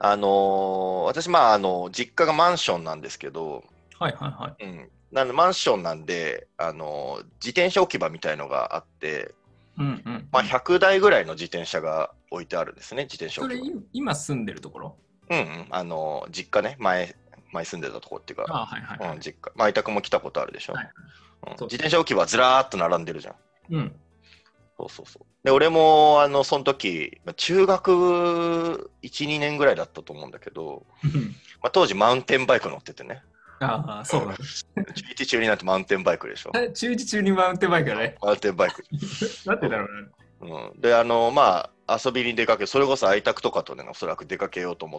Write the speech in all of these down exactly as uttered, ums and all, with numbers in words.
あのー私、まあ、あの、実家がマンションなんですけど、 はいはいはい。 うん。なんで、マンションなんで、あのー自転車置き場みたいのがあって、 うんうんまあ、 うん。 ひゃくだいぐらいの自転車が置いてあるんですね、自転車それ、 置き場。 い今住んでるところ？ うんうん。あのー実家ね、前、前住んでたとこっていうか、 ああ、はいはいうん、 はい。 実家。まあ、委託も来たことあるでしょ。 はい。 うん。 そう。 自転車置き場ずらーっと並んでるじゃん。 うん。 そうそうそう。で、俺も、あの、その時、まあ中学いち、にねんぐらいだったと思うんだけど、 うんまあ、当時マウンテンバイク乗っててね。 ああ、そうだね。 中いち中になってマウンテンバイクでしょ。 え中1中にマウンテンバイクだね。 マウンテンバイク。 なんでだろそうね。 う。うん、で、あの、まあ、遊びに出かけ、それこそ愛宅とかとね、おそらく出かけようと思って、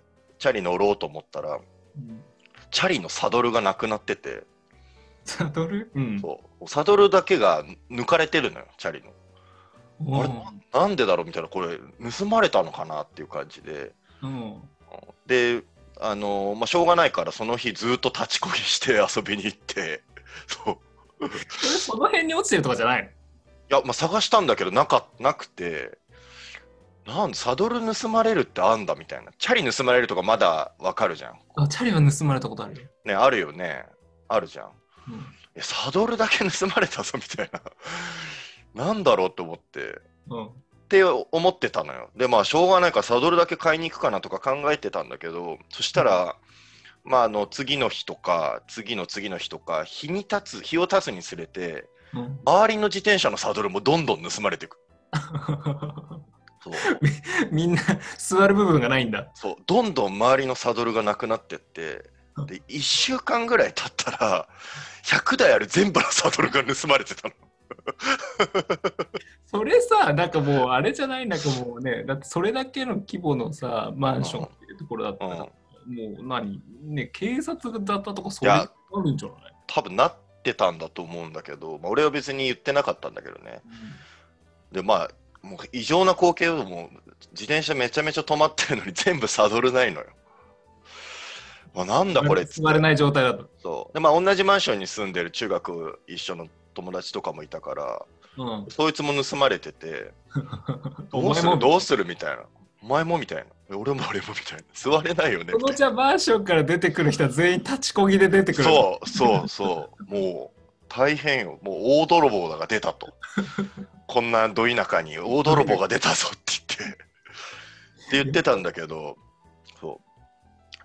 チャリ乗ろうと思ったら、 うん。 チャリのサドルがなくなってて、 サドルうん。 そう。サドルだけが抜かれてるのよ、チャリの。あれ、 おーななんでだろうみたいな、これ、盗まれたのかなっていう感じで。 うん。 で、あの、まあ、しょうがないから、その日ずっと立ちこぎして遊びに行って、そう。 それ、その辺に落ちてるとかじゃないいや、まあ、探したんだけど、なか、なくて、なんサドル盗まれるってあんだみたいな。チャリ盗まれるとかまだわかるじゃん。 の？あ、 こチャリは盗まれたことあるよ。 うね、あるよね。あるじゃん。 うん。 え、サドルだけ盗まれたぞみたいな。なんだろうって思って。 うん。 って思ってたのよ。で、まあ、しょうがないからサドルだけ買いに行くかなとか考えてたんだけど、そしたら、まあ、あの、次の日とか、次の次の日とか、日に経つ、日を経つにつれて、 うん。 周りの自転車のサドルもどんどん盗まれていく。そう。 みみんな座る部分がないんだ。 そう。どんどん周りのサドルがなくなってって、で、いっしゅうかんぐらい経ったら、ひゃくだいある全部のサドルが盗まれてたの。 それさ、なんかもうあれじゃない、なんかもうね、だってそれだけの規模のさ、マンションっていうところだったら、 うん。うん。 もう何、ね、警察だったとかそれいや、 あるんじゃない？ 多分なってたんだと思うんだけど、まあ、俺は別に言ってなかったんだけどね。で、まあ、もう異常な光景をもう、自転車めちゃめちゃ止まってるのに全部サドルないのよ。まあ、なんだこれっつって。 座れない状態だと。 そう。で、まあ、同じマンションに住んでる中学一緒の友達とかもいたから、 うん。 そいつも盗まれてて、 おどう前もみたいな。 するどうするみたいな。お前もみたいな。え俺も俺もみたいな。座れないよねこみたいな。 のじゃあマンションから出てくる人は全員立ちこぎで出てくるんだ。 そうそうそう。もう、大変よ。もう大泥棒が出たと。こんなど田舎に大泥棒が出たぞって言って。って言ってたんだけど、そう。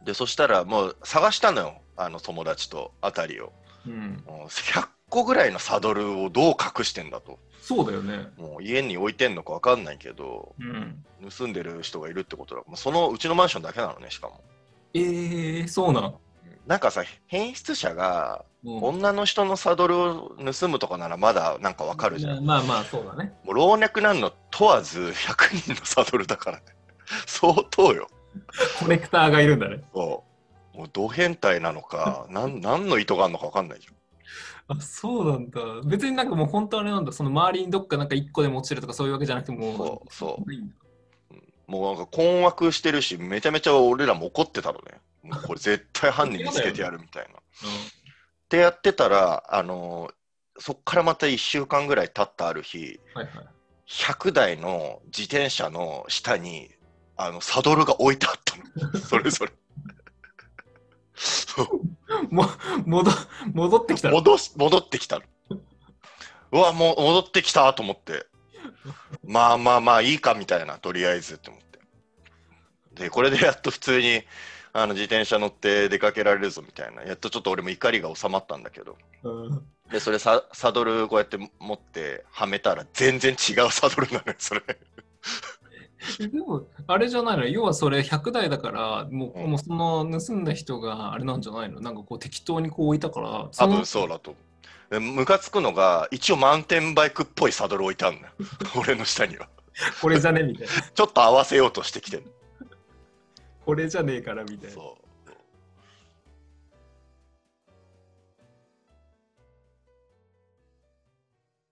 で、そしたらもう探したのよ。あの友達とあたりを。 うん。 もうひゃっこぐらいのサドルをどう隠してんだと。 そうだよね。 もう家に置いてんのかわかんないけど、 うん。 盗んでる人がいるってことだ。もうそのうちのマンションだけなのね、しかも。 ええー、そうなん。 なんかさ、変質者がうん。 女の人のサドルを盗むとかならまだなんかわかるじゃん。 まあまあまあ、そうだね。 もう老若男女問わずひゃくにんのサドルだからね。相当よ。 コレクターがいるんだね。 そう。もうド変態なのか、なん、何の意図があるのかわかんないじあ、そうなんだ。別になんかもう本当あれなんだ。その周りにどっかなんか一個でも落ちてるとかそういうわけじゃなくてゃん。 もう、 そうそないんだ。 う。うんもうなんか困惑してるし、めちゃめちゃ俺らも怒ってたのね。もうこれ絶対犯人見つけてやるみたいな。 うん。 ってやってたら、あのーそっからまたいっしゅうかんぐらい経ったある日、 はいはい。 ひゃくだいの自転車の下にあのサドルが置いてあったの。それぞれ。そうも、戻、戻ってきたら。 戻す戻ってきたの。うわ、もう戻ってきたと思って。まあまあまあいいかみたいな、とりあえずって思って。で、これでやっと普通にあの自転車乗って出かけられるぞみたいな。やっとちょっと俺も怒りが収まったんだけど。 うん。 で、それササドルこうやって持ってはめたら全然違うサドルなのよ、それ。 でも、あれじゃないの？要はそれひゃくだいだから、もう、 うん。 もうその盗んだ人があれなんじゃないの？なんかこう適当にこう置いたから、その、 多分そうだと思う。でムカつくのが、一応マウンテンバイクっぽいサドル置いてあるのよ。俺の下には。 これじゃねみたいな。 ちょっと合わせようとしてきてる。 これじゃねえからみたいな。 そう。